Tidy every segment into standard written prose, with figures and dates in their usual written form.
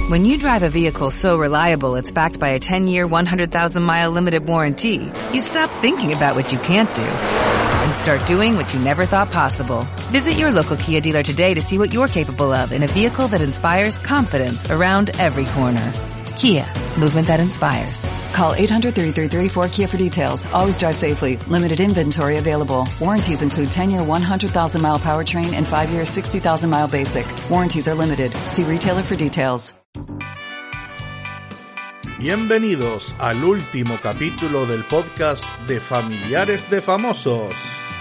When you drive a vehicle so reliable it's backed by a 10-year, 100,000-mile limited warranty, you stop thinking about what you can't do and start doing what you never thought possible. Visit your local Kia dealer today to see what you're capable of in a vehicle that inspires confidence around every corner. Kia, movement that inspires. Call 800-3334-KIA for details. Always drive safely. Limited inventory available. Warranties include 10-year 100,000-mile powertrain and 5-year 60,000-mile basic. Warranties are limited. See retailer for details. Bienvenidos al último capítulo del podcast de Familiares de Famosos.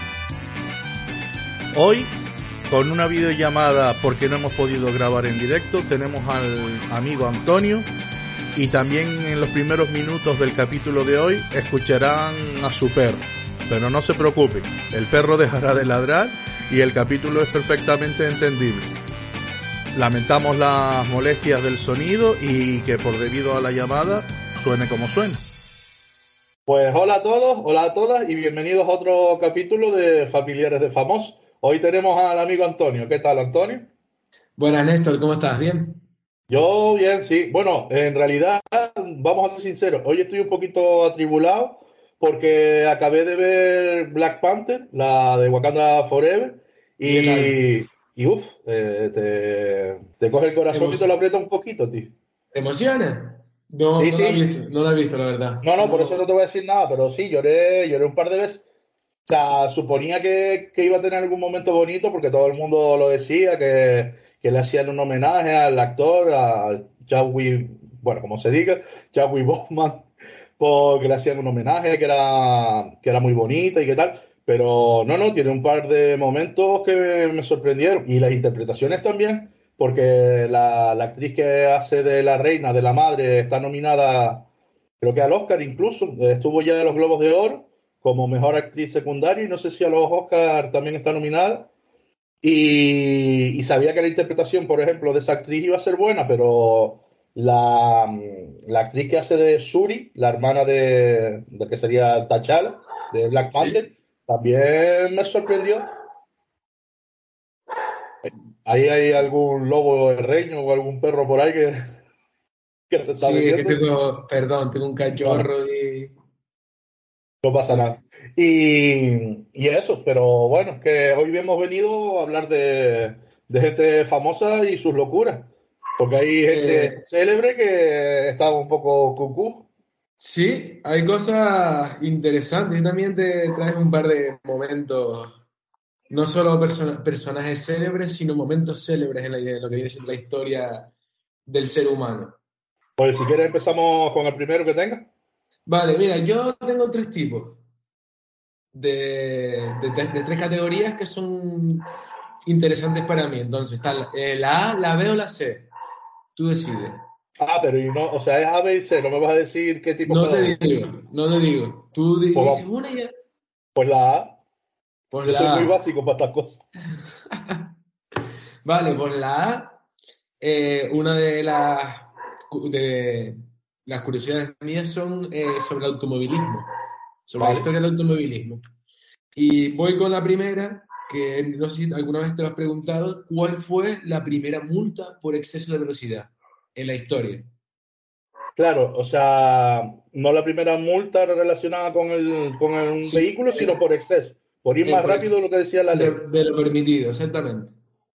Hoy, con una videollamada porque no hemos podido grabar en directo, tenemos al amigo Antonio. Y también en los primeros minutos del capítulo de hoy escucharán a su perro. Pero no se preocupen, el perro dejará de ladrar y el capítulo es perfectamente entendible. Lamentamos las molestias del sonido y que por debido a la llamada suene como suene. Pues hola a todos, hola a todas y bienvenidos a otro capítulo de Familiares de Famosos. Hoy tenemos al amigo Antonio. ¿Qué tal, Antonio? Buenas, Néstor, ¿cómo estás? ¿Bien? Yo bien, sí. Bueno, en realidad, vamos a ser sinceros, hoy estoy un poquito atribulado porque acabé de ver Black Panther, la de Wakanda Forever, y te coge el corazón y te lo aprieta un poquito, tío. ¿Te emociona? No, sí, no sí. No la he visto, la verdad. No, por eso no te voy a decir nada, pero sí, lloré un par de veces. O sea, suponía que iba a tener algún momento bonito porque todo el mundo lo decía, que le hacían un homenaje al actor, a Chadwick, bueno, como se diga, Chadwick Boseman, porque le hacían un homenaje que era muy bonita y qué tal, pero no, tiene un par de momentos que me sorprendieron, y las interpretaciones también, porque la actriz que hace de la reina, de la madre, está nominada, creo que al Oscar incluso, estuvo ya en los Globos de Oro como mejor actriz secundaria, y no sé si a los Oscar también está nominada. Y sabía que la interpretación, por ejemplo, de esa actriz iba a ser buena, pero la actriz que hace de Shuri, la hermana de que sería T'Challa, de Black Panther, ¿sí? También me sorprendió. Ahí hay algún lobo de reino o algún perro por ahí que se está metiendo. Sí, es que tengo un cachorro y... No pasa nada. Y eso, pero bueno, es que hoy hemos venido a hablar de gente famosa y sus locuras. Porque hay gente célebre que está un poco cucú. Sí, hay cosas interesantes. Yo también te traes un par de momentos, no solo personajes célebres, sino momentos célebres en lo que viene siendo la historia del ser humano. Pues si quieres empezamos con el primero que tenga. Vale, mira, yo tengo tres tipos de tres categorías que son interesantes para mí. Entonces, está la A, la B o la C. Tú decides. Ah, pero y no, o sea, es A, B y C, no me vas a decir qué tipo no te digo. Tú dices una y ya. Pues la A. Pues yo la soy A. muy básico para estas cosas. Vale, pues la A, una de las curiosidades mías son sobre el automovilismo, sobre la historia del automovilismo. Y voy con la primera, que no sé si alguna vez te lo has preguntado, ¿cuál fue la primera multa por exceso de velocidad en la historia? Claro, o sea, no la primera multa relacionada con un vehículo, sino por exceso. Por ir más rápido de lo que decía la ley. De lo permitido, exactamente.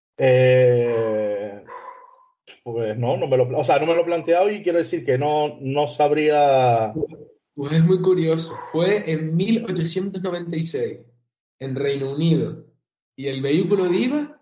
Pues no me lo he planteado y quiero decir que no sabría. Pues es muy curioso. Fue en 1896, en Reino Unido, y el vehículo iba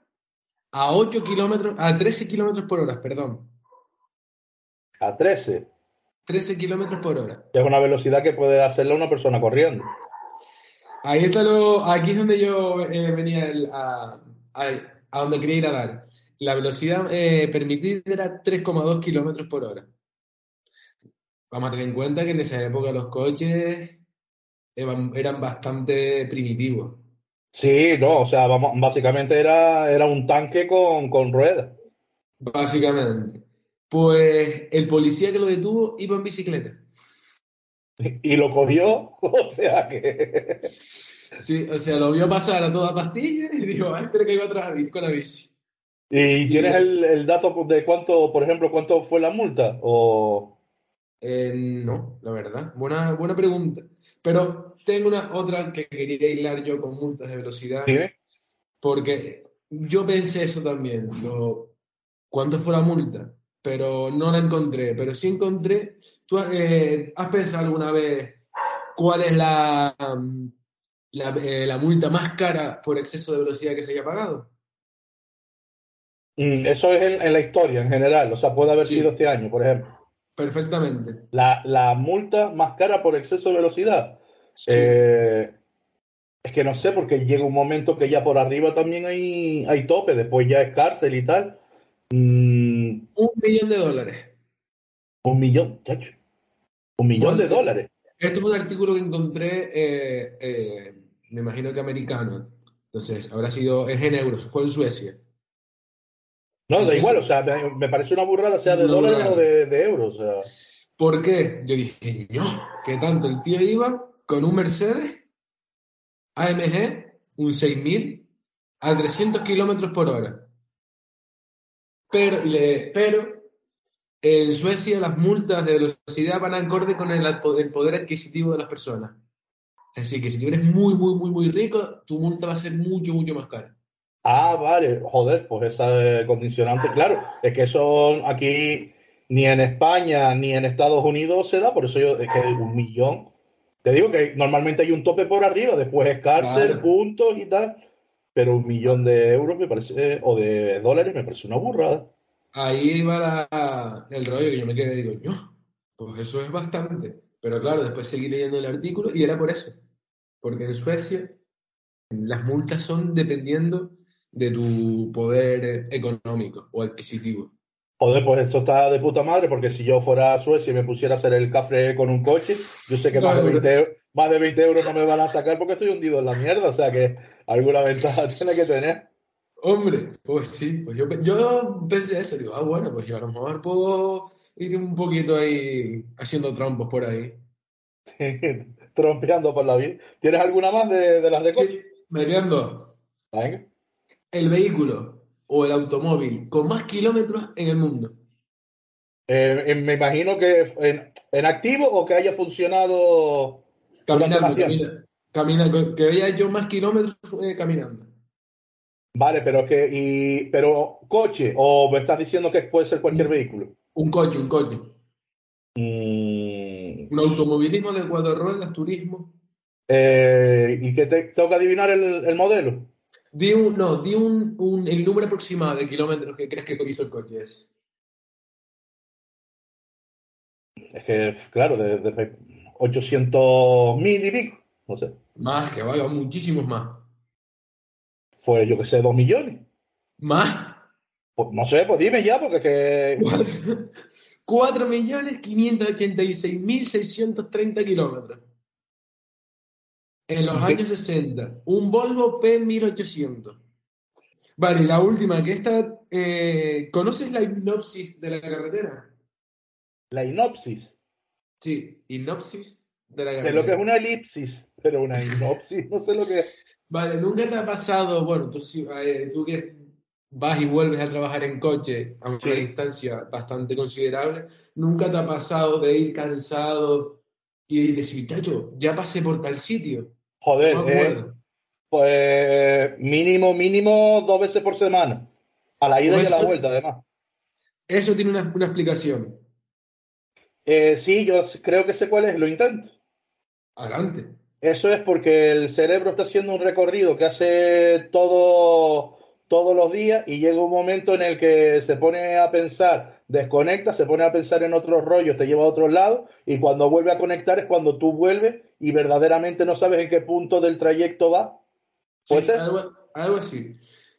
a 13 kilómetros por hora, perdón. A 13. 13 kilómetros por hora. Es una velocidad que puede hacerla una persona corriendo. Ahí está aquí es donde yo venía a donde quería ir a dar. La velocidad permitida era 3,2 kilómetros por hora. Vamos a tener en cuenta que en esa época los coches eran bastante primitivos. Sí, no, o sea, básicamente era un tanque con ruedas. Básicamente. Pues el policía que lo detuvo iba en bicicleta. Y lo cogió, o sea que... Sí, o sea, lo vio pasar a toda pastilla y dijo, a este le caigo atrás con la bici. ¿Y Y tienes el dato de cuánto, por ejemplo, cuánto fue la multa? O no, la verdad. Buena pregunta. Pero tengo una otra que quería hilar yo con multas de velocidad, dime. porque yo pensé eso también. ¿Cuánto fue la multa? Pero no la encontré. Pero sí encontré. ¿Tú has pensado alguna vez cuál es la multa más cara por exceso de velocidad que se haya pagado? Eso es en la historia en general, o sea, puede haber sido Sí, este año, por ejemplo. perfectamente. La multa más cara por exceso de velocidad. Sí. Eh, es que no sé, porque llega un momento que ya por arriba también hay tope, después ya es cárcel y tal. 1 millón de dólares. 1 millón, chacho, 1 millón Bueno, de dólares. esto es un artículo que encontré, me imagino que americano. Entonces, es en euros, fue en Suecia. No, En da igual, Suecia, o sea, me parece una burrada, sea de una dólares o burrada. de euros. O sea. ¿Por qué? Yo dije, no, ¿qué tanto? El tío iba con un Mercedes AMG, un 6000 a 300 kilómetros por hora. Pero en Suecia las multas de velocidad van acorde con el poder adquisitivo de las personas. Así que si tú eres muy, muy, muy, muy rico, tu multa va a ser mucho, mucho más cara. Ah, vale, joder, pues esa condicionante, claro, es que eso aquí ni en España ni en Estados Unidos se da, por eso yo, es que 1 millón, te digo que normalmente hay un tope por arriba, después es cárcel, Claro. puntos y tal, pero 1 millón de euros me parece, o de dólares me parece una burrada. Ahí va el rollo que yo me quedé y digo, yo, pues eso es bastante. Pero claro, después seguí leyendo el artículo y era por eso. Porque en Suecia las multas son dependiendo de tu poder económico o adquisitivo. Joder, pues eso está de puta madre, porque si yo fuera a Suecia y me pusiera a hacer el café con un coche, yo sé que Claro. más de 20 euros no me van a sacar porque estoy hundido en la mierda, o sea que alguna ventaja tiene que tener. Hombre, pues sí, pues yo pensé eso, digo, bueno, pues yo a lo mejor puedo ir un poquito ahí haciendo trampos por ahí. Trompeando por la vida. ¿Tienes alguna más de las de Sí, coche? me quedan dos. Venga. El vehículo o el automóvil con más kilómetros en el mundo. Me imagino que en activo o que haya funcionado durante más Caminando, tiempo. que vaya yo más kilómetros caminando. Vale, pero coche, o me estás diciendo que puede ser Un, cualquier vehículo. un coche. Mm, Un automovilismo de cuatro ruedas, turismo. ¿Y que te toca adivinar el modelo? No, el número aproximado de kilómetros que crees que hizo el coche es. Es que, claro, de 800.000 y pico, no sé. Más, que valga muchísimos más. Pues yo que sé, 2 millones. Más. Pues no sé, pues dime ya, porque es que. 4.586.630 kilómetros. En los ¿Y años qué? 60. Un Volvo P1800. Vale, y la última, que esta. ¿Conoces la hipnosis de la carretera? La inopsis. Sí, hipnosis de la Sé lo que es carretera. una elipsis, pero una inopsis, no sé lo que es. Vale, ¿nunca te ha pasado, bueno, tú que vas y vuelves a trabajar en coche a una Sí. distancia bastante considerable, nunca te ha pasado de ir cansado y decir, chacho, ya pasé por tal sitio? No Joder, me acuerdo. pues mínimo 2 veces por semana. A la ida y a Pues la vuelta, además. eso tiene una explicación. Sí, yo creo que sé cuál es, lo intento. Adelante. Eso es porque el cerebro está haciendo un recorrido que hace todos los días y llega un momento en el que se pone a pensar, desconecta, se pone a pensar en otros rollos, te lleva a otros lados y cuando vuelve a conectar es cuando tú vuelves y verdaderamente no sabes en qué punto del trayecto va. ¿Puede Sí, ser? algo así.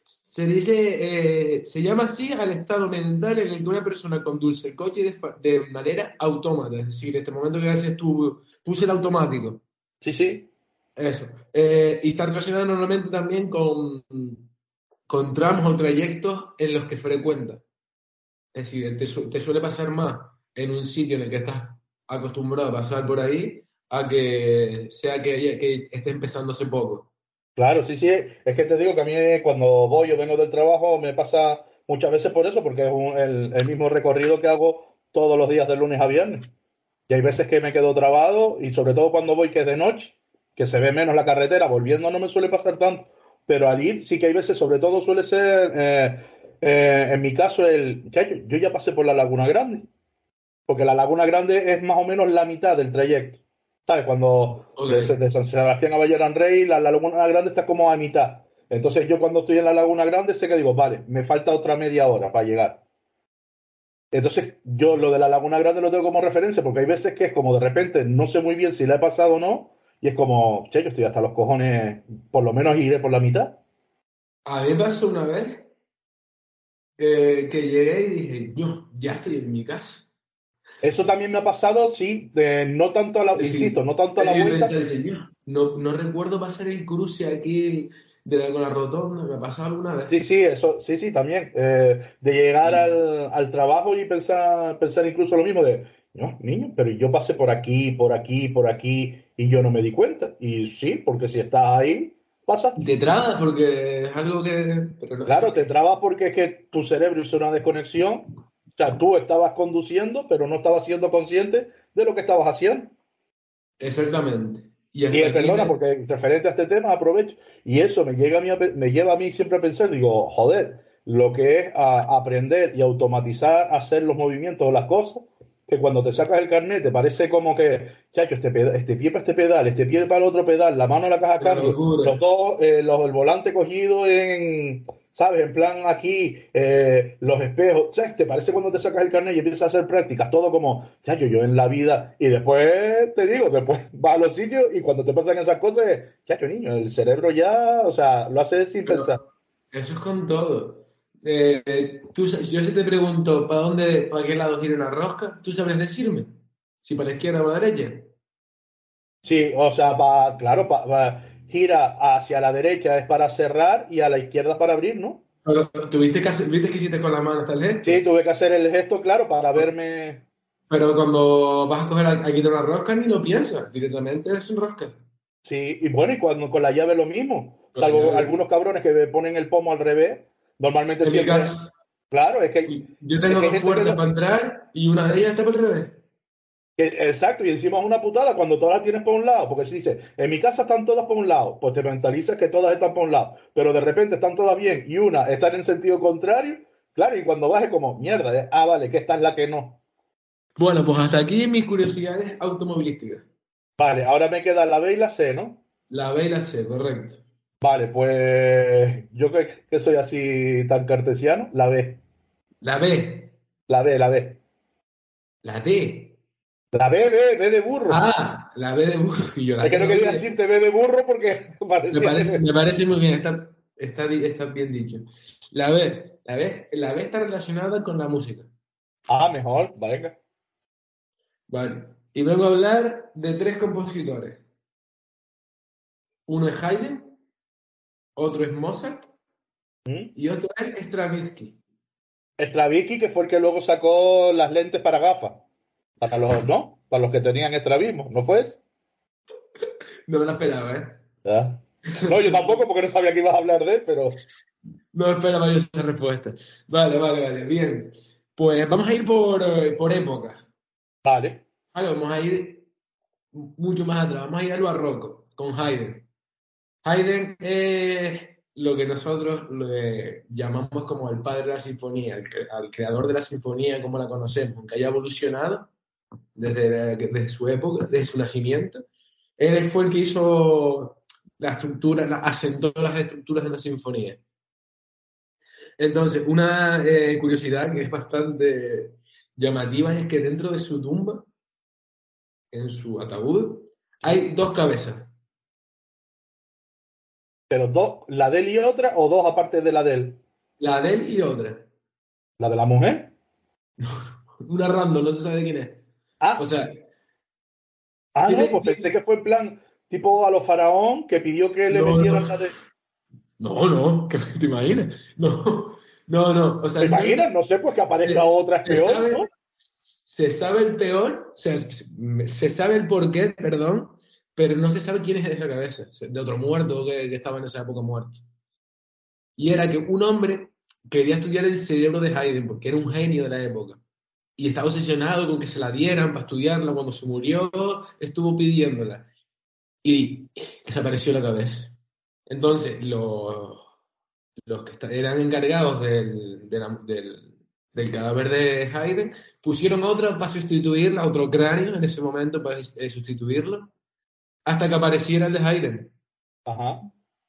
Se llama así al estado mental en el que una persona conduce el coche de manera autómata. Es decir, en este momento que haces tú, puse el automático. Sí, sí. Eso. Y está relacionado normalmente también con tramos o trayectos en los que frecuentas. Es decir, te suele pasar más en un sitio en el que estás acostumbrado a pasar por ahí a que sea que esté empezando hace poco. Claro, sí, sí. Es que te digo que a mí cuando voy o vengo del trabajo me pasa muchas veces por eso, porque es el mismo recorrido que hago todos los días de lunes a viernes. Y hay veces que me quedo trabado y sobre todo cuando voy que es de noche, que se ve menos la carretera, volviendo no me suele pasar tanto, pero al ir sí que hay veces, sobre todo suele ser, en mi caso, yo ya pasé por la Laguna Grande, porque la Laguna Grande es más o menos la mitad del trayecto. ¿Sabes? Cuando Ok. de San Sebastián a Valleran Rey, la Laguna Grande está como a mitad. Entonces yo cuando estoy en la Laguna Grande sé que digo, vale, me falta otra media hora para llegar. Entonces yo lo de la Laguna Grande lo tengo como referencia porque hay veces que es como de repente no sé muy bien si la he pasado o no y es como, che, yo estoy hasta los cojones, por lo menos iré por la mitad. A mí me pasó una vez que llegué y dije, yo ya estoy en mi casa. Eso también me ha pasado, sí, no tanto a la, Es insisto, decir, no tanto a es la decir, vuelta. pensé, señor, no recuerdo pasar el cruce aquí con la rotonda, me ha pasado alguna vez. Sí, sí, eso, sí, sí, también. De llegar Y al trabajo y pensar incluso lo mismo de, no, niño, pero yo pasé por aquí, por aquí, por aquí y yo no me di cuenta. Y sí, porque si estás ahí, pasa. te trabas porque es algo que... Pero no, Claro, te trabas porque es que tu cerebro hizo una desconexión. O sea, tú estabas conduciendo, pero no estabas siendo consciente de lo que estabas haciendo. exactamente. Y Y hasta aquí, perdona, porque referente a este tema aprovecho. Y eso me lleva a mí siempre a pensar, digo, joder, lo que es aprender y automatizar, hacer los movimientos o las cosas, que cuando te sacas el carnet te parece como que, chacho, este pie para este pedal, este pie para el otro pedal, la mano a la caja a una cambio, los locura. dos, el volante cogido en, ¿sabes? En plan aquí, los espejos, ¿sabes? Te parece cuando te sacas el carnet y empiezas a hacer prácticas, todo como, chacho, yo en la vida, y después te digo, después vas a los sitios y cuando te pasan esas cosas, chacho, niño, el cerebro ya, o sea, lo hace sin Pero pensar. eso es con todo. Yo si te pregunto, para qué lado gira una rosca? ¿Tú sabes decirme? Si para la izquierda o para la derecha. Sí, o sea, claro, gira hacia la derecha es para cerrar y a la izquierda es para abrir, ¿no? Pero, ¿viste que hiciste con la mano hasta el Sí, gesto? tuve que hacer el gesto, claro, para verme. Pero cuando vas a coger aquí de una rosca ni lo piensas, directamente es un rosca. Sí, y bueno, y cuando con la llave lo mismo, Pues salvo ya, algunos cabrones que ponen el pomo al revés, normalmente en mi siempre, caso, claro, yo es tengo que hay dos gente puertas para entrar y una de ellas está para el revés. exacto, y encima es una putada cuando todas las tienes por un lado, porque si dices, en mi casa están todas por un lado, pues te mentalizas que todas están por un lado, pero de repente están todas bien y una está en sentido contrario, claro, y cuando vas es como, mierda, vale, que esta es la que no. Bueno, pues hasta aquí mis curiosidades automovilísticas. Vale, ahora me queda la B y la C, ¿no? La B y la C, correcto. Vale, pues yo que soy así tan cartesiano, la B, La B, la B, la B. la D. La B de burro. Ah, la B de burro. Y yo la Es que D no no, quería oye, decirte B de burro porque parecía que... me parece muy bien, está bien dicho. La B está relacionada con la música. Ah, mejor, venga. Vale. Y vengo a hablar de tres compositores. Uno es Haydn, otro es Mozart ¿Mm? y otro es Stravinsky. Stravinsky, que fue el que luego sacó las lentes para gafas. Para los, ¿no? Para los que tenían estrabismo, ¿no fue ese? No me la esperaba, ¿eh? Ah. No, yo tampoco porque no sabía que ibas a hablar de él, pero No esperaba yo esa respuesta. Vale, bien. Pues vamos a ir por épocas. vale. Vale, vamos a ir mucho más atrás. Vamos a ir al barroco con Haydn. Haydn es lo que nosotros le llamamos como el padre de la sinfonía, al creador de la sinfonía como la conocemos, aunque haya evolucionado desde su época, desde su nacimiento. Él fue el que hizo la estructura, asentó las estructuras de la sinfonía. Entonces, una curiosidad que es bastante llamativa es que dentro de su tumba, en su ataúd, ¿Mm? hay dos cabezas, Pero dos, la de él y otra, o dos aparte de la de él. la de él y otra. La de la mujer. Una random, no se sabe quién es. O Ah, sea, no, pues pensé que fue en plan tipo a los faraón que pidió que le no, metieran la de. ¿qué te imaginas? No, o sea, ¿Te no imaginas? se, No sé, pues que aparezca se, otra es se peor, sabe, ¿no? se sabe el peor, o sea, se sabe el porqué, perdón, pero no se sabe quién es de esa cabeza, de otro muerto que estaba en esa época muerto. Y era que un hombre quería estudiar el cerebro de Haydn porque era un genio de la época. Y estaba obsesionado con que se la dieran para estudiarla. Cuando se murió, estuvo pidiéndola. Y desapareció la cabeza. Entonces, los que eran encargados del cadáver de Haydn pusieron otra para sustituirla, otro cráneo en ese momento para sustituirlo, hasta que apareciera el de Haydn. Ajá.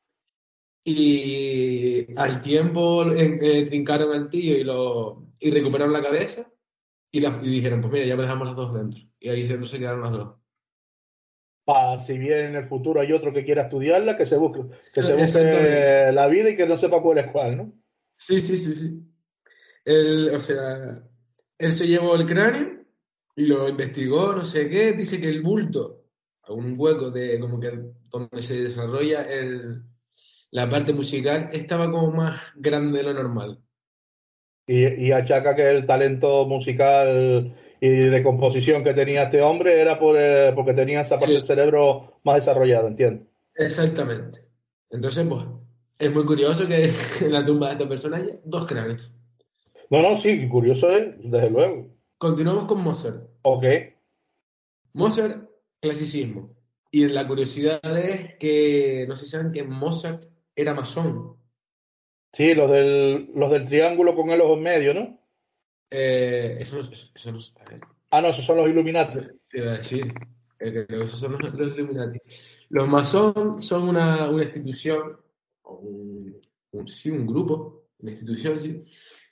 Y al tiempo trincaron al tío y recuperaron la cabeza y dijeron, pues mira, ya dejamos las dos dentro. Y ahí dentro se quedaron las dos. Para si bien en el futuro hay otro que quiera estudiarla, que se busque Exactamente. la vida y que no sepa cuál es cuál, ¿no? Sí, sí, sí, sí. O sea, él se llevó el cráneo y lo investigó, no sé qué. Dice que el bulto, un hueco de como que donde se desarrolla la parte musical, estaba como más grande de lo normal. Y achaca que el talento musical y de composición que tenía este hombre era porque tenía esa parte del Sí, cerebro más desarrollada, ¿entiendes? exactamente. Entonces, pues, es muy curioso que en la tumba de esta persona haya dos cráneos. No, no, sí, curioso es, desde luego. Continuamos con Mozart. Ok. Mozart, clasicismo. Y la curiosidad es que, no sé si saben que Mozart era masón. Sí, los del triángulo con el ojo en medio, ¿no? Eso no Ah, no, esos son los Illuminati. te iba a decir. Creo que esos son los Illuminati. Los masón son una institución, o sí, un grupo, una institución, sí,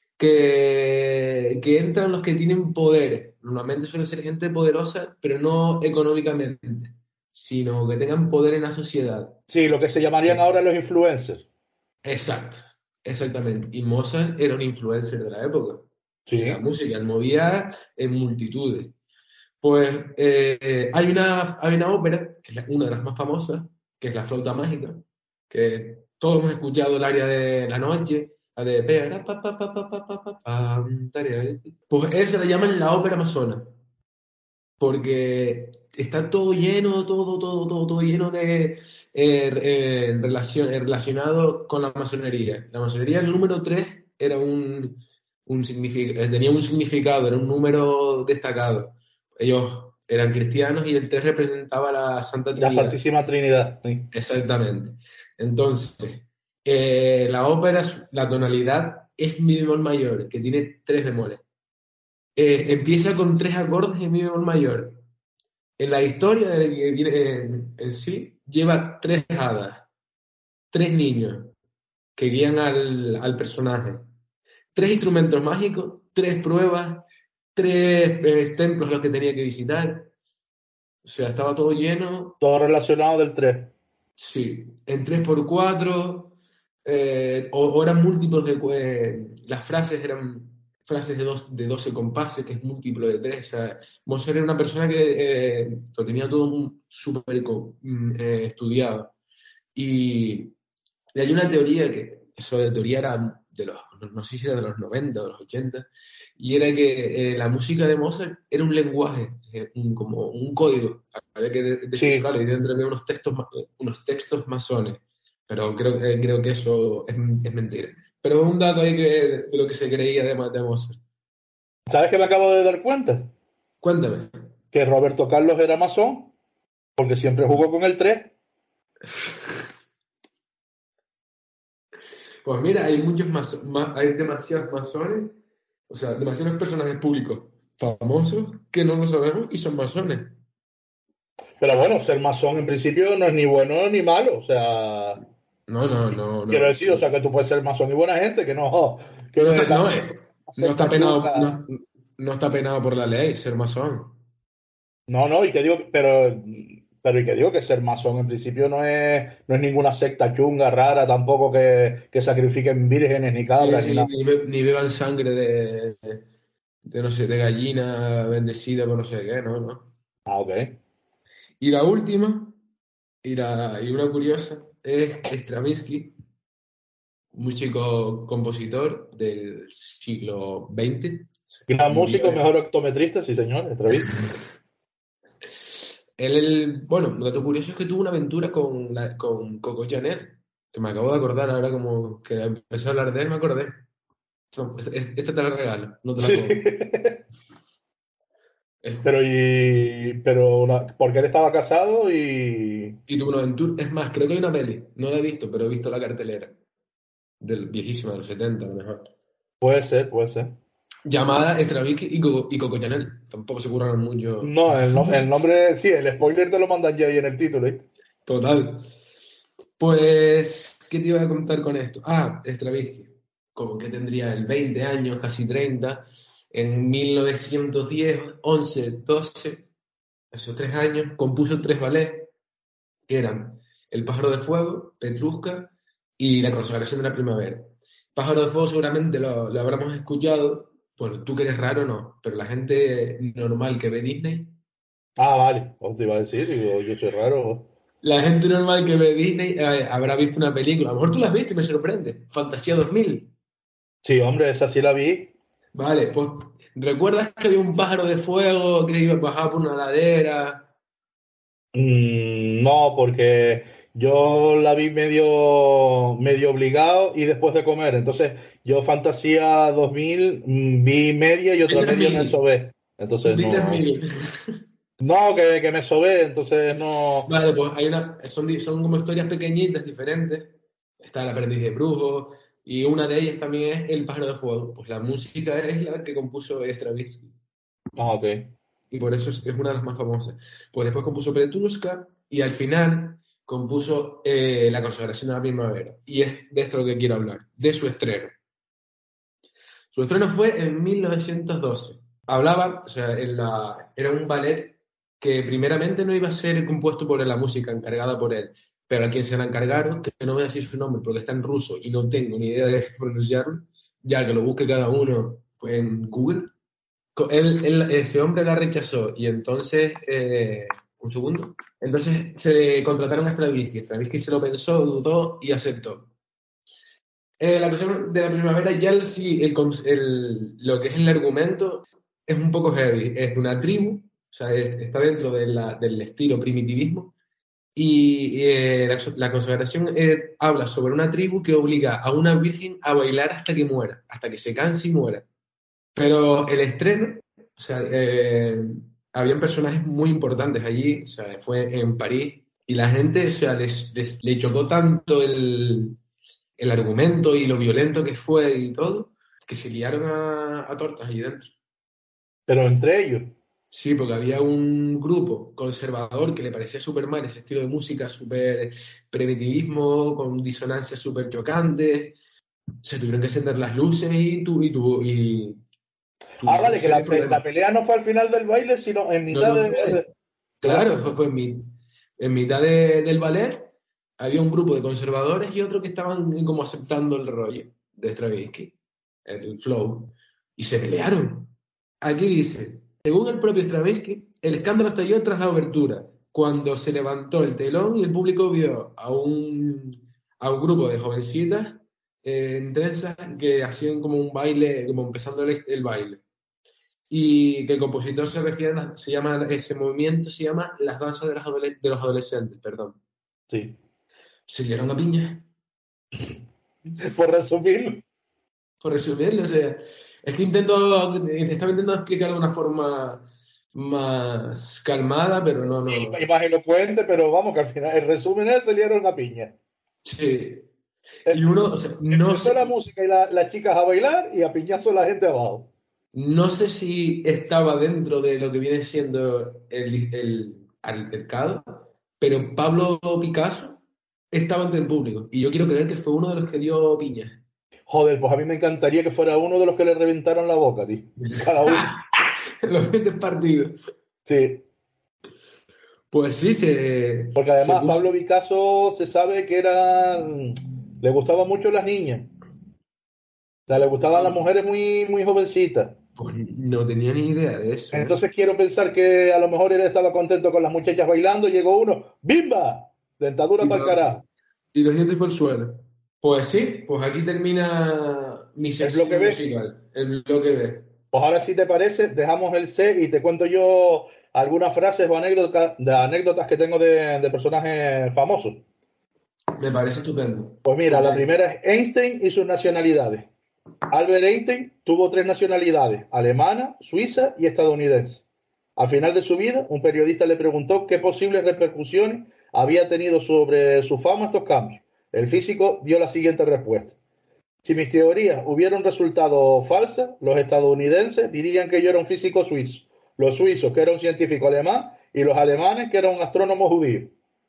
que entran los que tienen poderes. Normalmente suelen ser gente poderosa, pero no económicamente, sino que tengan poder en la sociedad. Sí, lo que se llamarían ahora los influencers. Exacto, exactamente. Y Mozart era un influencer de la época, de la Sí. música, él movía en multitudes. Pues hay una ópera, que es una de las más famosas, que es La Flauta Mágica, que todos hemos escuchado el área de la noche, la de "Pera, pa, pa, pa, pa, pa, pa, pa, pam, tarea". Pues esa la llaman la ópera amazona, porque está todo lleno, todo lleno de relacionado con la masonería. La masonería, el número 3 era tenía un significado, era un número destacado. Ellos eran cristianos y el 3 representaba la Santa La Trinidad. Santísima Trinidad. Sí. Exactamente. Entonces, la ópera, la tonalidad es mi bemol mayor, que tiene tres bemoles. Empieza con tres acordes de mi bemol mayor. En la historia en sí, lleva tres hadas, tres niños que guían al personaje, tres instrumentos mágicos, tres pruebas, tres templos a los que tenía que visitar. O sea, estaba todo lleno. Todo relacionado del 3. Sí, en tres por cuatro, o eran múltiplos las frases eran frases de 12 compases, que es múltiplo de tres. O sea, Mozart era una persona que lo tenía todo súper estudiado. Y hay una teoría que, eso de teoría era no sé si era de los 90 o de los 80, y era que la música de Mozart era un lenguaje, como un código, había que Sí. descifrarlo y dentro había unos textos masones, pero creo que eso es mentira. Pero un dato ahí de lo que se creía de Mozart. ¿Sabes qué me acabo de dar cuenta? Cuéntame. Que Roberto Carlos era masón, porque siempre jugó con el 3. Pues mira, hay hay demasiados masones, o sea, demasiados personajes públicos famosos que no lo sabemos y son masones. Pero bueno, ser masón en principio no es ni bueno ni malo. O sea, No, no, no, quiero no. decir, o sea, que tú puedes ser masón y buena gente, que no, que No no está, es no, tampoco una no está secta penado, chunga. no está penado por la ley ser masón. No, no, y que digo, pero y que digo que ser masón en principio no es ninguna secta chunga, rara, tampoco que sacrifiquen vírgenes ni Sí, cabras ni sí, nada. ni beban sangre de, no sé, de gallina bendecida por no sé qué, no, no. Ah, ok. Y la última, y una curiosa, es Stravinsky, músico compositor del siglo XX. Gran Murió. músico, mejor optometrista, sí, señor, Stravinsky. Bueno, un dato curioso es que tuvo una aventura con Coco Chanel, que me acabo de acordar ahora como que empecé a hablar de él, me acordé. No, esta te la regalo, no te la Sí, cobro. sí. Porque él estaba casado y... Y tuvo una aventura. Es más, creo que hay una peli. No la he visto, pero he visto la cartelera. Viejísima, de los 70 a lo mejor. Puede ser, puede ser. Llamada Stravinsky y Coco Chanel. Tampoco se curraron mucho. No, el nombre, sí, el spoiler te lo mandan ya ahí en el título, ¿eh? Total. Pues, ¿qué te iba a contar con esto? Ah, Stravinsky. Como que tendría el 20 años, casi 30. En 1910, 11, 12, esos 3 años, compuso 3 ballets que eran El pájaro de fuego, Petrushka y La consagración de la primavera. Pájaro de fuego seguramente lo habremos escuchado, bueno, tú que eres raro no, pero la gente normal que ve Disney, Ah, vale, os te iba a decir, digo, yo soy raro. la gente normal que ve Disney habrá visto una película, a lo mejor tú la has visto y me sorprende, Fantasía 2000. Sí, hombre, esa sí la vi. Vale, pues ¿recuerdas que había un pájaro de fuego que iba bajaba por una ladera? No, porque yo la vi medio obligado y después de comer. Entonces, yo Fantasía 2000 vi media y otra Viste media me mil, sobé. Entonces, viste no. mil. No, que me sobé, entonces no. Vale, pues son como historias pequeñitas, diferentes. Está El aprendiz de brujo y una de ellas también es El pájaro de fuego. Pues la música es la que compuso Stravinsky Ah, ok. y por eso es una de las más famosas. Pues después compuso Petrushka y al final compuso La consagración de la primavera. Y es de esto lo que quiero hablar, de su estreno. Su estreno fue en 1912. Hablaba, o sea, era un ballet que primeramente no iba a ser compuesto por él, la música encargada por él, pero a quien se la encargaron, que no voy a decir su nombre porque está en ruso y no tengo ni idea de pronunciarlo, ya que lo busque cada uno pues, en Google. Ese hombre la rechazó y entonces, un segundo, entonces se contrataron a Stravinsky. Stravinsky se lo pensó, dudó y aceptó. La cuestión de la primavera, ya sí, lo que es el argumento es un poco heavy. Es de una tribu, o sea, está dentro del estilo primitivismo. Y la consagración habla sobre una tribu que obliga a una virgen a bailar hasta que muera, hasta que se canse y muera. Pero el estreno, o sea, habían personajes muy importantes allí, o sea, fue en París, y la gente, o sea, le chocó tanto el argumento y lo violento que fue y todo, que se liaron a tortas ahí dentro. Pero entre ellos. Sí, porque había un grupo conservador que le parecía súper mal ese estilo de música, súper primitivismo, con disonancias súper chocantes. Se tuvieron que encender las luces y Ah, tuvieron vale, que serios la problemas. pelea no fue al final del baile, sino en No, mitad no de... fue. Claro, Claro. fue en mitad del ballet. Había un grupo de conservadores y otro que estaban como aceptando el rollo de Stravinsky, el flow, y se pelearon. Aquí dice, según el propio Stravinsky, el escándalo estalló tras la obertura, cuando se levantó el telón y el público vio a un grupo de jovencitas en trenzas que hacían como un baile, como empezando el baile. Y que el compositor se refiere, ese movimiento se llama las danzas de los adolescentes, perdón. Sí. Se dieron a piña. Por resumir. Por resumirlo, o sea, es que estaba intentando explicarlo de una forma más calmada, pero no, Y no. más elocuente, pero vamos, que al final, el resumen es se liaron una piña. Sí. Y Eh, uno, o sea, no Empezó la sé, música y las chicas a bailar y a piñazo la gente abajo. no sé si estaba dentro de lo que viene siendo el altercado, pero Pablo Picasso estaba entre el público. Y yo quiero creer que fue uno de los que dio piña. Joder, pues a mí me encantaría que fuera uno de los que le reventaron la boca, tío. Cada uno. Los 20 partidos. Sí. Pues sí, Porque se además puso. Pablo Picasso se sabe que le gustaban mucho las niñas. O sea, le gustaban las mujeres muy, muy jovencitas. Pues no tenía ni idea de eso, ¿eh? Entonces quiero pensar que a lo mejor él estaba contento con las muchachas bailando, llegó uno, ¡bimba! Dentadura Y, para el todo- carajo. y los dientes por el suelo. Pues sí, pues aquí termina mi El bloque sección B. musical, el bloque B. Pues ahora si te parece, dejamos el C y te cuento yo algunas frases o anécdotas que tengo de personajes famosos. Me parece estupendo. Pues mira, Ok. la primera es Einstein y sus nacionalidades. Albert Einstein tuvo 3 nacionalidades, alemana, suiza y estadounidense. Al final de su vida, un periodista le preguntó qué posibles repercusiones había tenido sobre su fama estos cambios. El físico dio la siguiente respuesta. Si mis teorías hubieran resultado falsas, los estadounidenses dirían que yo era un físico suizo, los suizos que era un científico alemán y los alemanes que era un astrónomo judío.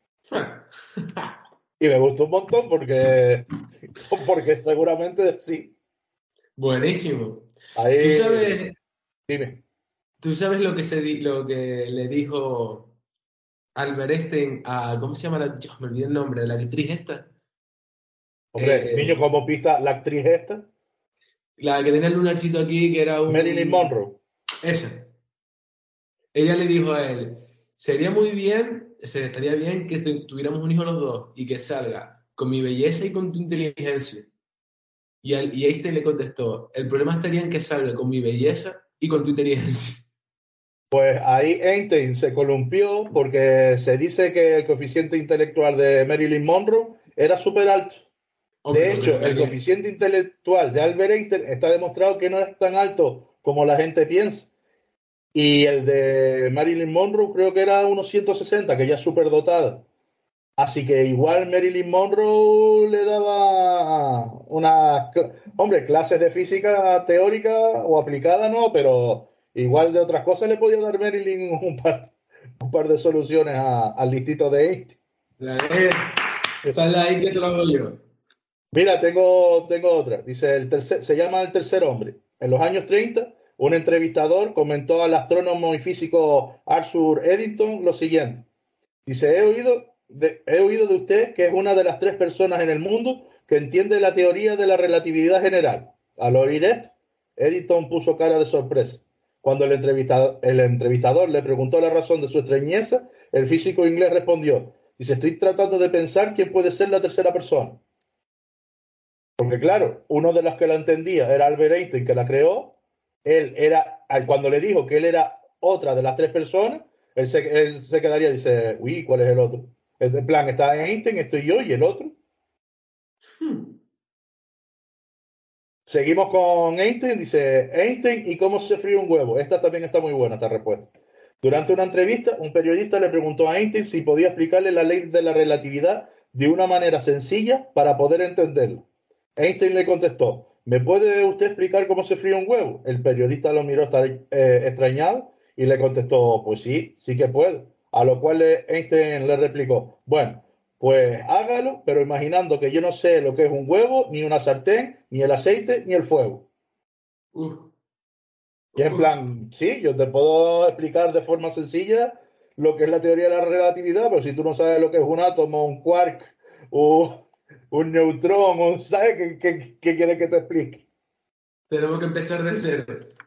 Y me gustó un montón porque seguramente sí. Buenísimo. Ahí, dime. ¿Tú sabes lo que le dijo Albert Einstein a, ¿cómo se llama me olvidé el nombre de la actriz esta? Hombre, niño, como pista, la actriz esta. La que tenía el lunarcito aquí, que era Marilyn Monroe. Esa. Ella le dijo a él, estaría bien que tuviéramos un hijo los dos y que salga con mi belleza y con tu inteligencia. Y Einstein le contestó, el problema estaría en que salga con mi belleza y con tu inteligencia. Pues ahí Einstein se columpió porque se dice que el coeficiente intelectual de Marilyn Monroe era súper alto. De hecho, el coeficiente intelectual de Albert Einstein está demostrado que no es tan alto como la gente piensa. Y el de Marilyn Monroe creo que era unos 160, que ya es súper dotada. Así que igual Marilyn Monroe le daba clases de física teórica o aplicada, no, pero igual de otras cosas le podía dar Marilyn un par de soluciones al listito de Einstein. Sale ahí que te lo hago yo. Mira, tengo otra. Dice, se llama El tercer hombre. En los años 30, un entrevistador comentó al astrónomo y físico Arthur Eddington lo siguiente. Dice, he oído de usted que es una de las 3 personas en el mundo que entiende la teoría de la relatividad general. Al oír esto, Eddington puso cara de sorpresa. Cuando el entrevistador le preguntó la razón de su extrañeza, el físico inglés respondió, dice, estoy tratando de pensar quién puede ser la tercera persona. Porque claro, uno de los que la entendía era Albert Einstein, que la creó. Cuando le dijo que él era otra de las 3 personas, él se quedaría y dice, uy, ¿cuál es el otro? En plan, está Einstein, estoy yo y el otro. Seguimos con Einstein, dice, Einstein y cómo se fríe un huevo. Esta también está muy buena, esta respuesta. Durante una entrevista, un periodista le preguntó a Einstein si podía explicarle la ley de la relatividad de una manera sencilla para poder entenderlo. Einstein le contestó, ¿me puede usted explicar cómo se fríe un huevo? El periodista lo miró extrañado y le contestó, pues sí que puedo. A lo cual Einstein le replicó, bueno, pues hágalo, pero imaginando que yo no sé lo que es un huevo, ni una sartén, ni el aceite, ni el fuego. Y en plan, sí, yo te puedo explicar de forma sencilla lo que es la teoría de la relatividad, pero si tú no sabes lo que es un átomo, un quark, un neutrón, ¿sabes qué quieres que te explique? Tenemos que empezar de cero.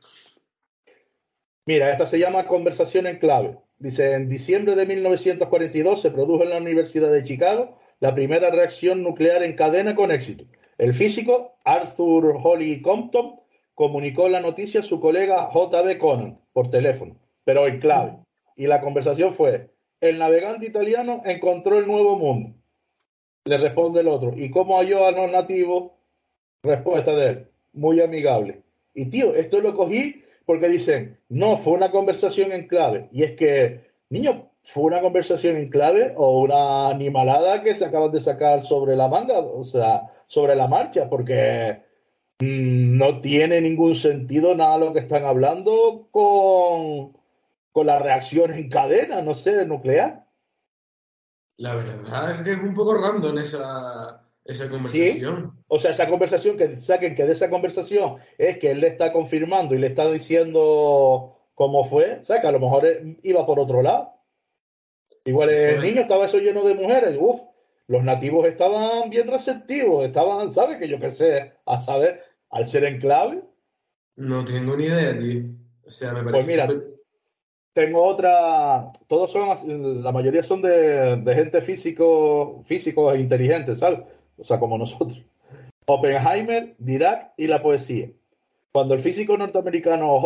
Mira, esta se llama Conversación en clave. Dice, en diciembre de 1942 se produjo en la Universidad de Chicago la primera reacción nuclear en cadena con éxito. El físico Arthur Holly Compton comunicó la noticia a su colega J.B. Conant por teléfono, pero en clave. Y la conversación fue, el navegante italiano encontró el nuevo mundo. Le responde el otro, ¿y cómo halló a los nativos? Respuesta de él, muy amigable. Y tío, esto lo cogí porque dicen, no, fue una conversación en clave. Y es que, niño, fue una conversación en clave o una animalada que se acaban de sacar sobre la manga, o sea, sobre la marcha, porque no tiene ningún sentido nada lo que están hablando con la reacción en cadena, no sé, nuclear. La verdad es que es un poco random esa conversación. Sí, o sea, esa conversación que saquen que de esa conversación es que él le está confirmando y le está diciendo cómo fue, o sea, que a lo mejor iba por otro lado. Igual el niño estaba eso lleno de mujeres, los nativos estaban bien receptivos, estaban, ¿sabes? Que yo qué sé, a saber, al ser en clave. No tengo ni idea, tío. O sea, me parece. Pues mira, tengo otra, la mayoría son de gente físicos e inteligentes, ¿sabes? O sea, como nosotros. Oppenheimer, Dirac y la poesía. Cuando el físico norteamericano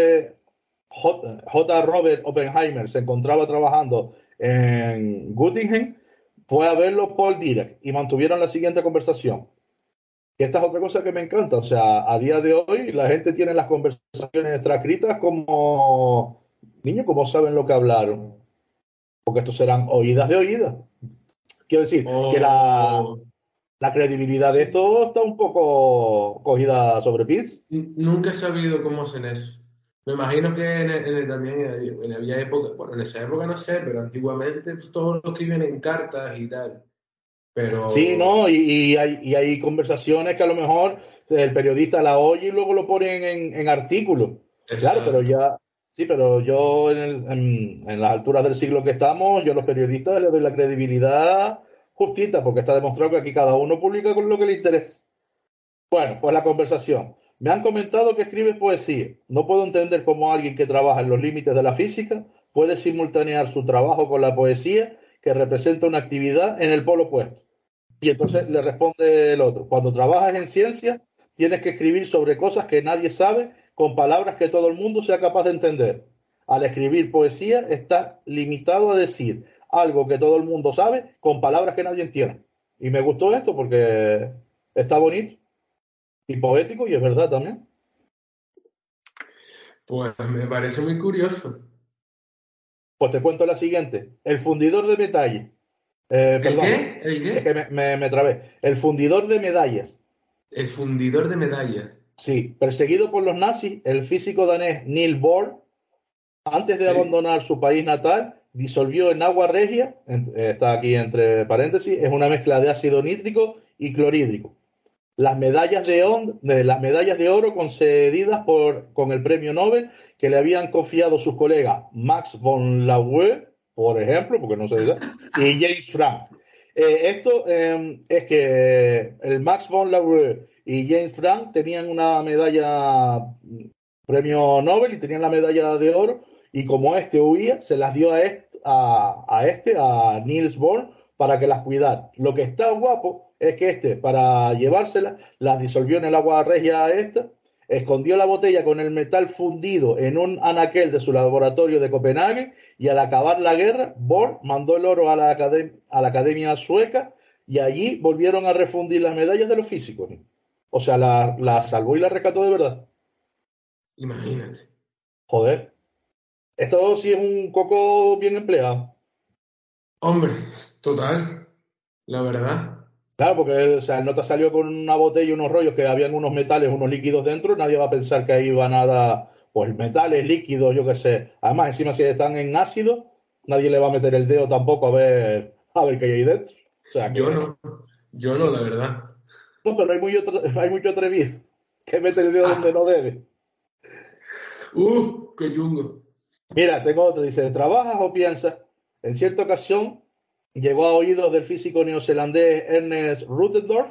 J. Robert Oppenheimer se encontraba trabajando en Göttingen, fue a verlo Paul Dirac y mantuvieron la siguiente conversación. Y esta es otra cosa que me encanta. O sea, a día de hoy la gente tiene las conversaciones transcritas como, niños, como saben lo que hablaron. Porque estos serán oídas de oídas. Quiero decir, que O la credibilidad de sí, esto está un poco cogida sobre pies. nunca he sabido cómo hacen eso. Me imagino que también había época, bueno, en esa época no sé, pero antiguamente pues, todos lo escriben en cartas y tal. Sí, Pero, ¿no? Y hay conversaciones que a lo mejor el periodista la oye y luego lo ponen en artículos. Claro, pero exacto. ya, sí, pero yo en las alturas del siglo que estamos, yo a los periodistas les doy la credibilidad justita, porque está demostrado que aquí cada uno publica con lo que le interesa. Bueno, pues la conversación. Me han comentado que escribes poesía. No puedo entender cómo alguien que trabaja en los límites de la física puede simultanear su trabajo con la poesía, que representa una actividad en el polo opuesto. Y entonces le responde el otro, cuando trabajas en ciencia, tienes que escribir sobre cosas que nadie sabe con palabras que todo el mundo sea capaz de entender. Al escribir poesía, estás limitado a decir algo que todo el mundo sabe con palabras que nadie entiende. Y me gustó esto porque está bonito y poético y es verdad también. Pues me parece muy curioso. Pues te cuento la siguiente. El fundidor de metalles. ¿El Perdón, qué? ¿El es que qué? me trabé. El fundidor de medallas. El fundidor de medallas. Sí, perseguido por los nazis, el físico danés Niels Bohr, antes de ¿Sí? abandonar su país natal, disolvió en agua regia, está aquí entre paréntesis, es una mezcla de ácido nítrico y clorhídrico. Las medallas de oro concedidas con el premio Nobel que le habían confiado sus colegas Max von Laue, por ejemplo, porque no se dice, y James Frank. Es que el Max von Laue y James Frank tenían una medalla premio Nobel y tenían la medalla de oro y como este huía, se las dio a Niels Bohr, para que las cuidara. Lo que está guapo es que este, para llevárselas, las disolvió en el agua regia a esta, escondió la botella con el metal fundido en un anaquel de su laboratorio de Copenhague y al acabar la guerra, Bohr mandó el oro a la Academia Sueca y allí volvieron a refundir las medallas de los físicos. O sea, la salvó y la rescató de verdad. Imagínate. Joder, esto sí es un coco bien empleado. Hombre, total, la verdad. Claro, porque o sea, el nota salió con una botella y unos rollos que habían unos metales, unos líquidos dentro, nadie va a pensar que ahí va nada, pues metales, líquidos, yo qué sé. Además, encima si están en ácido, nadie le va a meter el dedo tampoco a ver qué hay ahí dentro. O sea Yo que, no, yo no, la verdad. no, pero hay mucho atrevido que mete el dedo donde Ah, no debe. qué chungo. Mira, tengo otro, dice, ¿trabajas o piensas? En cierta ocasión llegó a oídos del físico neozelandés Ernest Rutherford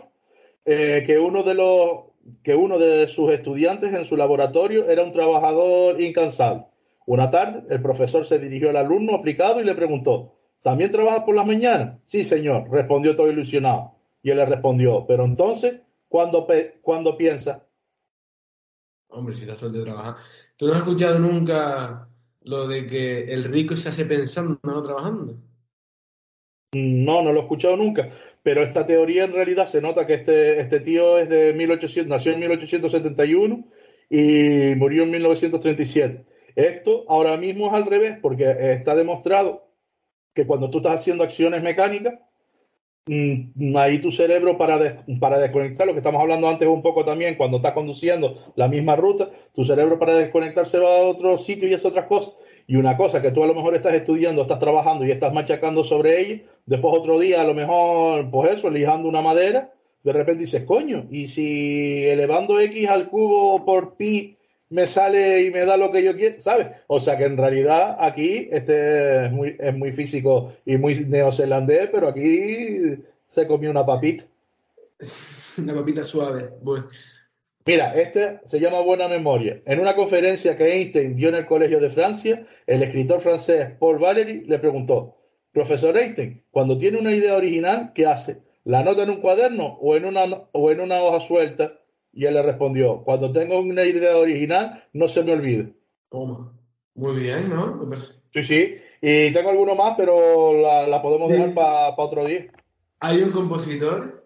que uno de sus estudiantes en su laboratorio era un trabajador incansable. Una tarde, el profesor se dirigió al alumno aplicado y le preguntó, ¿también trabajas por las mañanas? Sí, señor, respondió todo ilusionado. Y él le respondió, pero entonces, ¿cuándo piensa? Hombre, si estás todo el día trabajando. ¿Tú no has escuchado nunca lo de que el rico se hace pensando, no trabajando? No, no lo he escuchado nunca, pero esta teoría en realidad se nota que este tío es de 1800, nació en 1871 y murió en 1937. Esto ahora mismo es al revés, porque está demostrado que cuando tú estás haciendo acciones mecánicas, ahí tu cerebro para desconectar, lo que estamos hablando antes un poco también, cuando estás conduciendo la misma ruta, tu cerebro para desconectarse va a otro sitio y hace otras cosas. Y una cosa que tú a lo mejor estás estudiando, estás trabajando y estás machacando sobre ella, después otro día a lo mejor, pues eso, lijando una madera, de repente dices, coño, y si elevando x al cubo por pi me sale y me da lo que yo quiero, ¿sabes? O sea que en realidad aquí es muy físico y muy neozelandés, pero aquí se comió una papita. Una papita suave. Bueno, Mira, este se llama Buena Memoria. En una conferencia que Einstein dio en el Colegio de Francia, el escritor francés Paul Valéry le preguntó, profesor Einstein, cuando tiene una idea original, ¿qué hace? ¿La anota en un cuaderno o en una hoja suelta? Y él le respondió, cuando tengo una idea original, no se me olvide. toma. Muy bien, ¿no? Sí, sí. Y tengo alguno más, pero la podemos dejar Sí. para otro día. Hay un compositor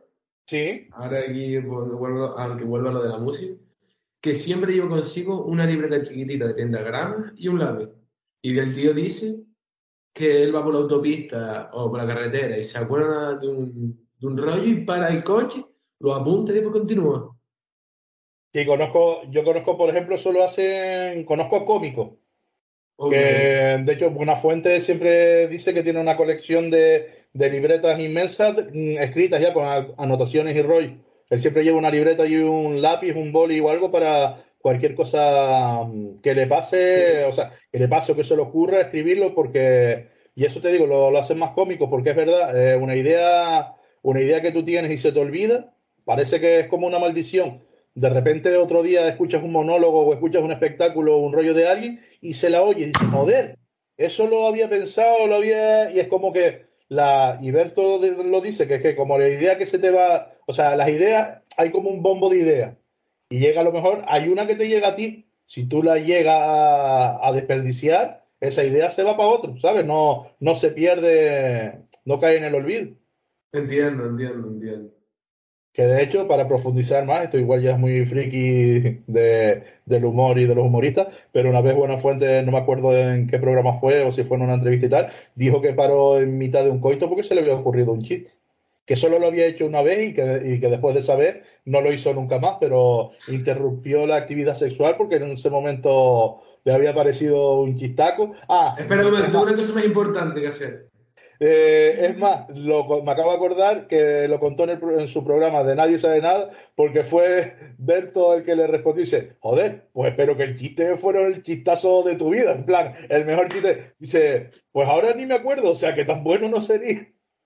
Sí, ahora aquí aunque vuelva a lo de la música, que siempre llevo consigo una libreta chiquitita de pentagramas y un lápiz. Y el tío dice que él va por la autopista o por la carretera y se acuerda de un rollo y para el coche, lo apunta y después continúa. sí, yo conozco, por ejemplo, conozco cómicos, que Ok. de hecho Buenafuente siempre dice que tiene una colección de libretas inmensas, escritas ya con anotaciones y rollos. Él siempre lleva una libreta y un lápiz, un boli o algo para cualquier cosa que le pase, o sea, que le pase o que se le ocurra escribirlo porque, y eso te digo, lo hacen más cómico porque es verdad, una idea que tú tienes y se te olvida, parece que es como una maldición. De repente otro día escuchas un monólogo o escuchas un espectáculo o un rollo de alguien y se la oye y dice, joder, eso lo había pensado, y es como que y Berto lo dice, que es que como la idea que se te va, o sea, las ideas, hay como un bombo de ideas y llega a lo mejor, hay una que te llega a ti, si tú la llegas a desperdiciar, esa idea se va para otro, ¿sabes? No se pierde, no cae en el olvido. Entiendo. Que de hecho, para profundizar más, esto igual ya es muy friki del humor y de los humoristas, pero una vez Buenafuente, no me acuerdo en qué programa fue o si fue en una entrevista y tal, dijo que paró en mitad de un coito porque se le había ocurrido un chiste. Que solo lo había hecho una vez y que después de esa vez no lo hizo nunca más, pero interrumpió la actividad sexual porque en ese momento le había parecido un chistaco. Espera un Es momento, tengo más, una cosa más importante que hacer. es más, me acabo de acordar que lo contó en su programa de Nadie sabe nada, porque fue Berto el que le respondió y dice, joder, pues espero que el chiste fuera el chistazo de tu vida, en plan, el mejor chiste. Dice, pues ahora ni me acuerdo, o sea, que tan bueno no sería.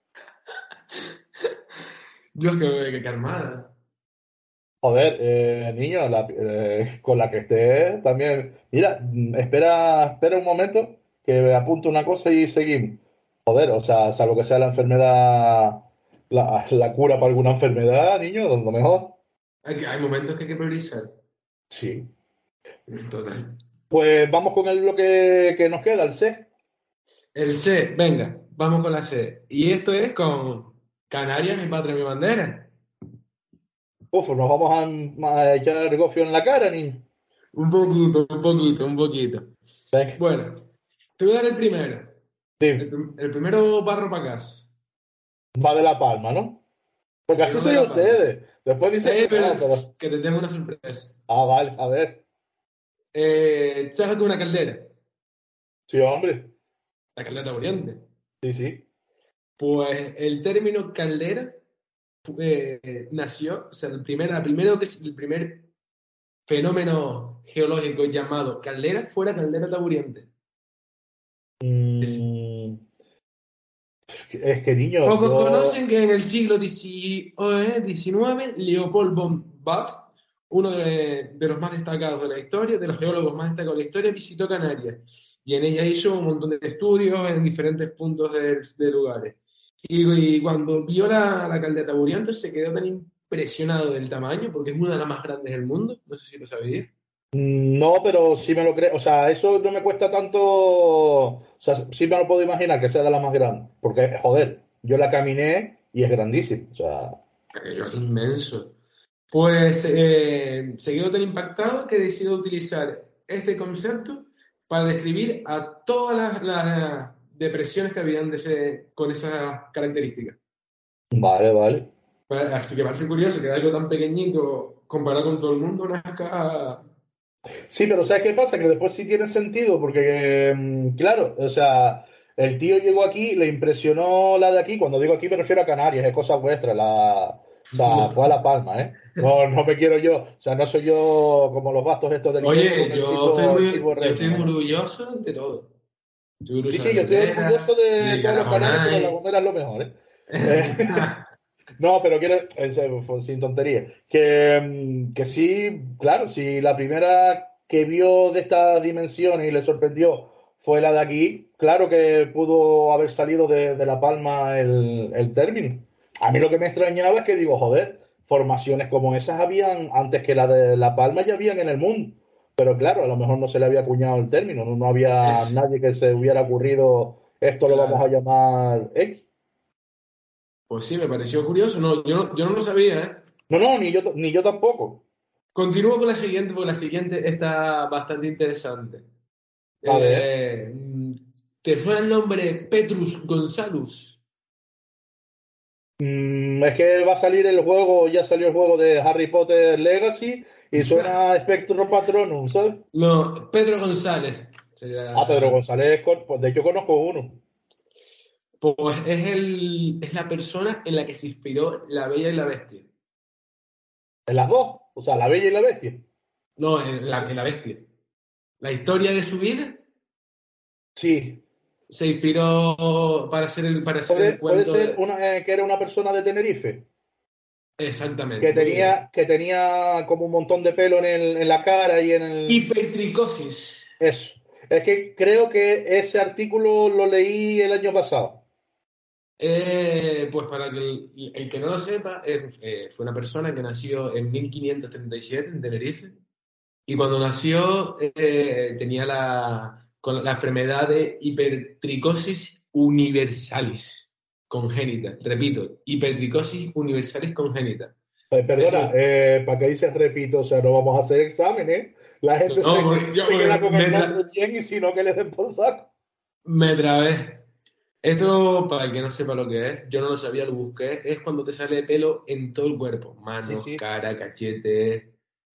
Dios, que armada. Joder, niño, con la que estés también. Mira, espera un momento que me apunto una cosa y seguimos. Joder, o sea, salvo que sea la enfermedad, la cura para alguna enfermedad, niño, lo mejor. Hay momentos que hay que priorizar. Sí. Total. Pues vamos con el bloque que nos queda, el C. El C, venga, vamos con la C. Y esto es con Canarias, mi patria, mi bandera. Uf, nos vamos a echar gofio en la cara, niño. Un poquito. Venga, Bueno, te voy a dar el primero. sí, El primero barro para casa. va de La Palma, ¿no? El Porque así primero de soy La Palma. ustedes. Después dicen que Pero no, pero. que te tengo una sorpresa. Vale, a ver. ¿Sabes lo que es una caldera? Sí, hombre. La caldera de Oriente. Sí, sí. Pues el término caldera nació, o sea, el primer fenómeno geológico llamado caldera fue la caldera taburiente. Mm, es que, niño, Pocos yo. conocen que en el siglo XIX, Leopold von Bath, uno de los más destacados de la historia, de los geólogos más destacados de la historia, visitó Canarias y en ella hizo un montón de estudios en diferentes puntos de lugares. Y cuando vio la caldera taburiente se quedó tan impresionado del tamaño, porque es una de las más grandes del mundo, no sé si lo sabía. No, pero sí me lo creo. O sea, eso no me cuesta tanto. O sea, sí me lo puedo imaginar que sea de las más grandes. Porque, joder, yo la caminé y es grandísimo. O sea, Aquello es inmenso. Pues se quedó tan impactado que decidió utilizar este concepto para describir a todas las depresiones que habían con esas características. vale, vale. Así que parece curioso que algo tan pequeñito comparado con todo el mundo nazca. Sí, pero ¿sabes qué pasa? Que después sí tiene sentido, porque, claro, o sea, el tío llegó aquí, le impresionó la de aquí. Cuando digo aquí me refiero a Canarias, es cosa vuestra. O sea, fue a La Palma, ¿eh? No me quiero yo, o sea, no soy yo como los bastos estos del IBEX con Oye, el Silvo yo estoy Reina, muy ¿no? orgulloso de todo. Estoy Sí, orgulloso de sí, la yo estoy caldera, orgulloso de de todos los canarios, pero la Carajonay. Gomera es lo mejor, ¿eh? No, pero quiero, en serio, sin tontería, que sí, claro, si la primera que vio de estas dimensiones y le sorprendió fue la de aquí, claro que pudo haber salido de La Palma el término. A mí lo que me extrañaba es que digo, joder, formaciones como esas habían, antes que la de La Palma ya habían en el mundo. Pero claro, a lo mejor no se le había acuñado el término, no había Es, nadie que se hubiera ocurrido, esto lo vamos a claro. llamar X. Pues sí, me pareció curioso. No, yo no lo sabía, ¿eh? No, ni yo tampoco. Continúo con la siguiente, porque la siguiente está bastante interesante. A ver. Eh, ¿Te suena el nombre Petrus Gonzalus? Es que va a salir el juego, ya salió el juego de Harry Potter Legacy y suena a Spectrum Patronum, ¿sabes? No, Pedro González. Ah, Pedro Sería- González, pues de hecho conozco uno. Pues es la persona en la que se inspiró La Bella y la Bestia. En las dos, o sea, La Bella y la Bestia. No, en la Bestia. La historia de su vida Sí, se inspiró para hacer el puede cuento ser de... que era una persona de Tenerife, Exactamente, muy bien. que tenía como un montón de pelo en la cara y en el... Hipertricosis. Eso. Es que creo que ese artículo lo leí el año pasado. Pues para que el que no lo sepa, fue una persona que nació en 1537 en Tenerife y cuando nació tenía la enfermedad de hipertricosis universalis congénita. Repito, hipertricosis universalis congénita. Perdona, Eso, ¿para qué dices repito? O sea, no vamos a hacer exámenes. La no, gente se porque queda con el nombre bien y si no, que le den por saco. me trabé. Esto, para el que no sepa lo que es, yo no lo sabía, lo busqué, es cuando te sale pelo en todo el cuerpo, Sí, manos, sí. cara, cachetes,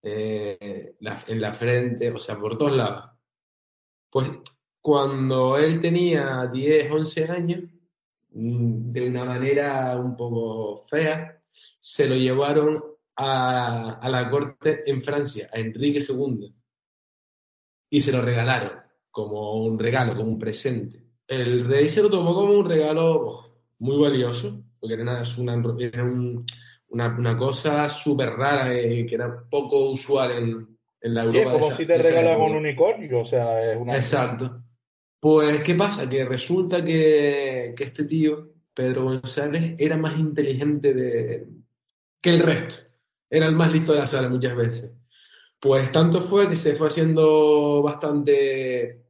en la frente, o sea, por todos lados. Pues cuando él tenía 10 11 años, de una manera un poco fea, se lo llevaron a la corte en Francia, a Enrique II, y se lo regalaron como un regalo, como un presente. El rey se lo tomó como un regalo muy valioso, porque era una cosa súper rara, que era poco usual en la Sí, es Europa de como esa, si te de esa regalan un época. unicornio. O sea, es una. Exacto. Pues, ¿qué pasa? Que resulta que este tío, Pedro González, era más inteligente que el resto. Era el más listo de la sala muchas veces. Pues tanto fue que se fue haciendo bastante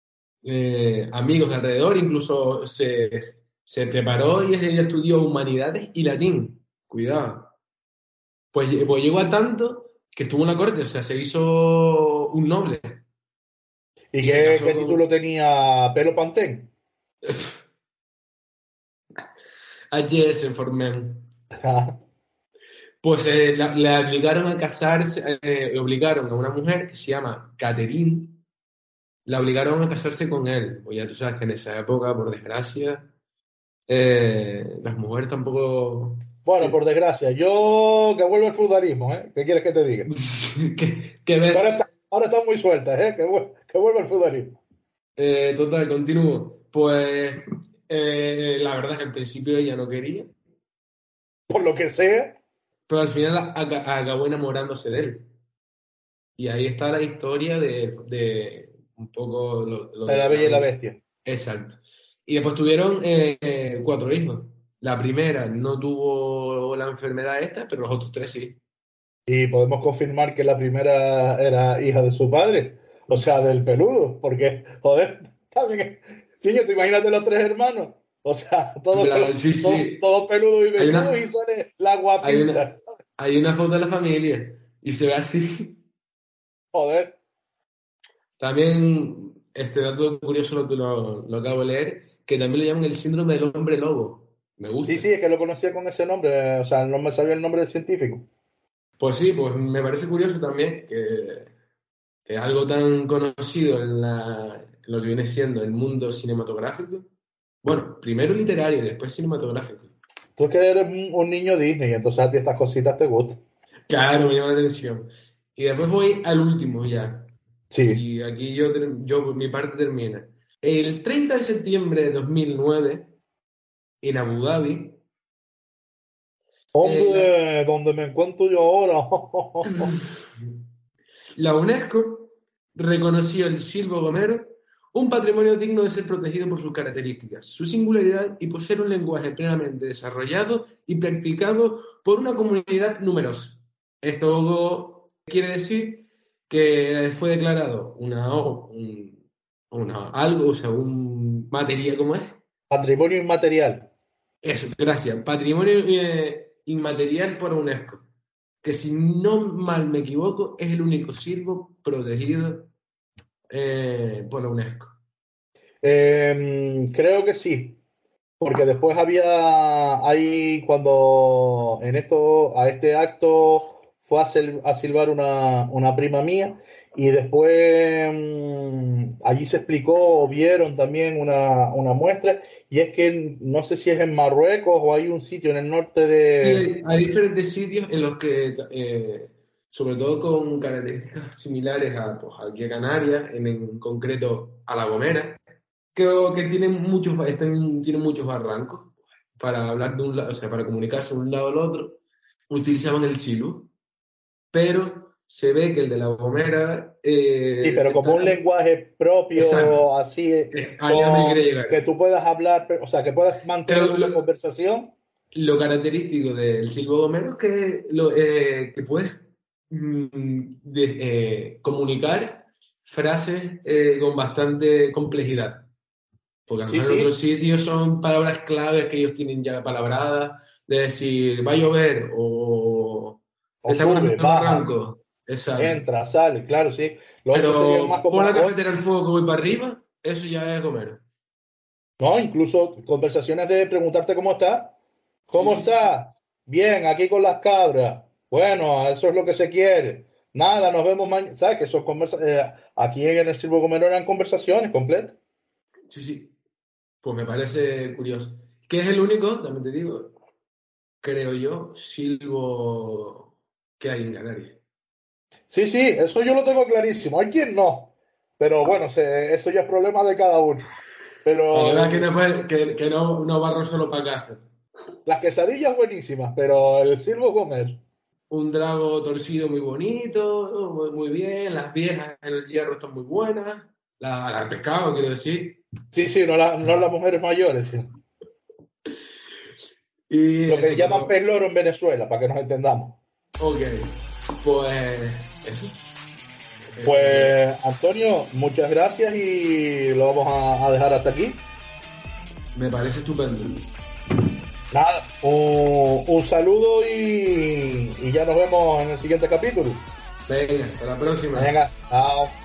amigos de alrededor, incluso se preparó y estudió humanidades y latín. Cuidado. Pues llegó a tanto que estuvo en la corte, o sea, se hizo un noble ¿Y y se qué casó título con tenía Pelo Pantén? H.S. for Men. Pues le obligaron a casarse, obligaron a una mujer que se llama Catherine, la obligaron a casarse con él. Pues ya tú sabes que en esa época, por desgracia, las mujeres tampoco... Bueno, por desgracia, yo que vuelvo al feudalismo, ¿eh? ¿Qué quieres que te diga? que ves, Ahora están muy sueltas, ¿eh? Que vuelva al feudalismo. total, continúo. Pues la verdad es que al principio ella no quería, Por lo que sea, pero al final acabó enamorándose de él. Y ahí está la historia de un poco lo de de la la Bella y la bella. Bestia. Exacto. Y después tuvieron 4 hijos. La primera no tuvo la enfermedad esta, pero los otros 3 sí. Y podemos confirmar que la primera era hija de su padre, o sea, del peludo, porque, joder, también, niño, te imagínate los tres hermanos, o sea, Sí, sí. todos peludos y Hay velludos y una, sale la hay una, guapinta, hay una foto de la familia y se ve así. joder. También, este dato curioso lo acabo de leer, que también le llaman el síndrome del hombre lobo. Me Sí, gusta. sí, es que lo conocía con ese nombre, o sea, no me sabía el nombre del científico. Pues sí, pues me parece curioso también que algo tan conocido en lo que viene siendo el mundo cinematográfico, bueno, primero literario y después cinematográfico. Tú es que eres un niño Disney, entonces a ti estas cositas te gustan. Claro, me llama la atención. Y después voy al último ya. Sí. Y aquí mi parte termina. El 30 de septiembre de 2009, en Abu Dhabi, la, Hombre, donde me encuentro yo ahora. la UNESCO reconoció el silbo gomero un patrimonio digno de ser protegido por sus características, su singularidad y por ser un lenguaje plenamente desarrollado y practicado por una comunidad numerosa. Esto quiere decir que fue declarado algo, o sea, un material, ¿cómo es? Patrimonio inmaterial. Eso, gracias. Patrimonio inmaterial por UNESCO. Que si no mal me equivoco, es el único silbo protegido por la UNESCO. Creo que sí, porque después ahí cuando a este acto fue a silbar una prima mía y después allí se explicó o vieron también una muestra y es que no sé si es en Marruecos o hay un sitio en el norte de... Sí, hay diferentes sitios en los que, sobre todo con características similares a, pues, aquí a Canarias, en concreto a La Gomera, que tienen muchos barrancos para hablar de un lado, o sea, para comunicarse de un lado al otro, utilizaban el silbo, pero se ve que el de La Gomera Sí, pero como un lenguaje exacto, propio, así, ahí es donde quería llegar. que tú puedas hablar, o sea, que puedas mantener Creo que una conversación. lo característico del silbo gomero es que puedes comunicar frases con bastante complejidad. Porque a lo Sí, mejor en otros sí, sitios son palabras claves que ellos tienen ya palabradas, de decir, va a llover o o está por sube, el baja, barranco. Exacto. entra, sale, claro, sí. Lo otro sería más Pero como, pon la cafetera al fuego que voy para arriba, eso ya es gomero. no, incluso conversaciones de preguntarte cómo está. Sí, ¿Cómo sí, sí, sí. está? Bien, aquí con las cabras. Bueno, eso es lo que se quiere. Nada, nos vemos mañana. ¿Sabes que esos aquí en el Silvo Gomero eran conversaciones completas? Sí, sí. Pues me parece curioso. Que es el único, también te digo, creo yo, silbo que hay en Canarias. Sí, sí, eso yo lo tengo clarísimo. Hay quien no. Pero bueno, eso ya es problema de cada uno. Para que Pero veas que no barro solo para casa. las quesadillas buenísimas, pero el Silvo Gomero. Un drago torcido muy bonito, muy bien, las viejas en el hierro están muy buenas, la pescado, quiero decir. Sí, sí, no las mujeres mayores, sí. Y Lo que eso, llaman pero, pez loro en Venezuela, para que nos entendamos. ok, pues eso. Pues Antonio, muchas gracias y lo vamos a dejar hasta aquí. Me parece estupendo. Nada, un saludo y ya nos vemos en el siguiente capítulo. Venga, hasta la próxima. Venga, chao.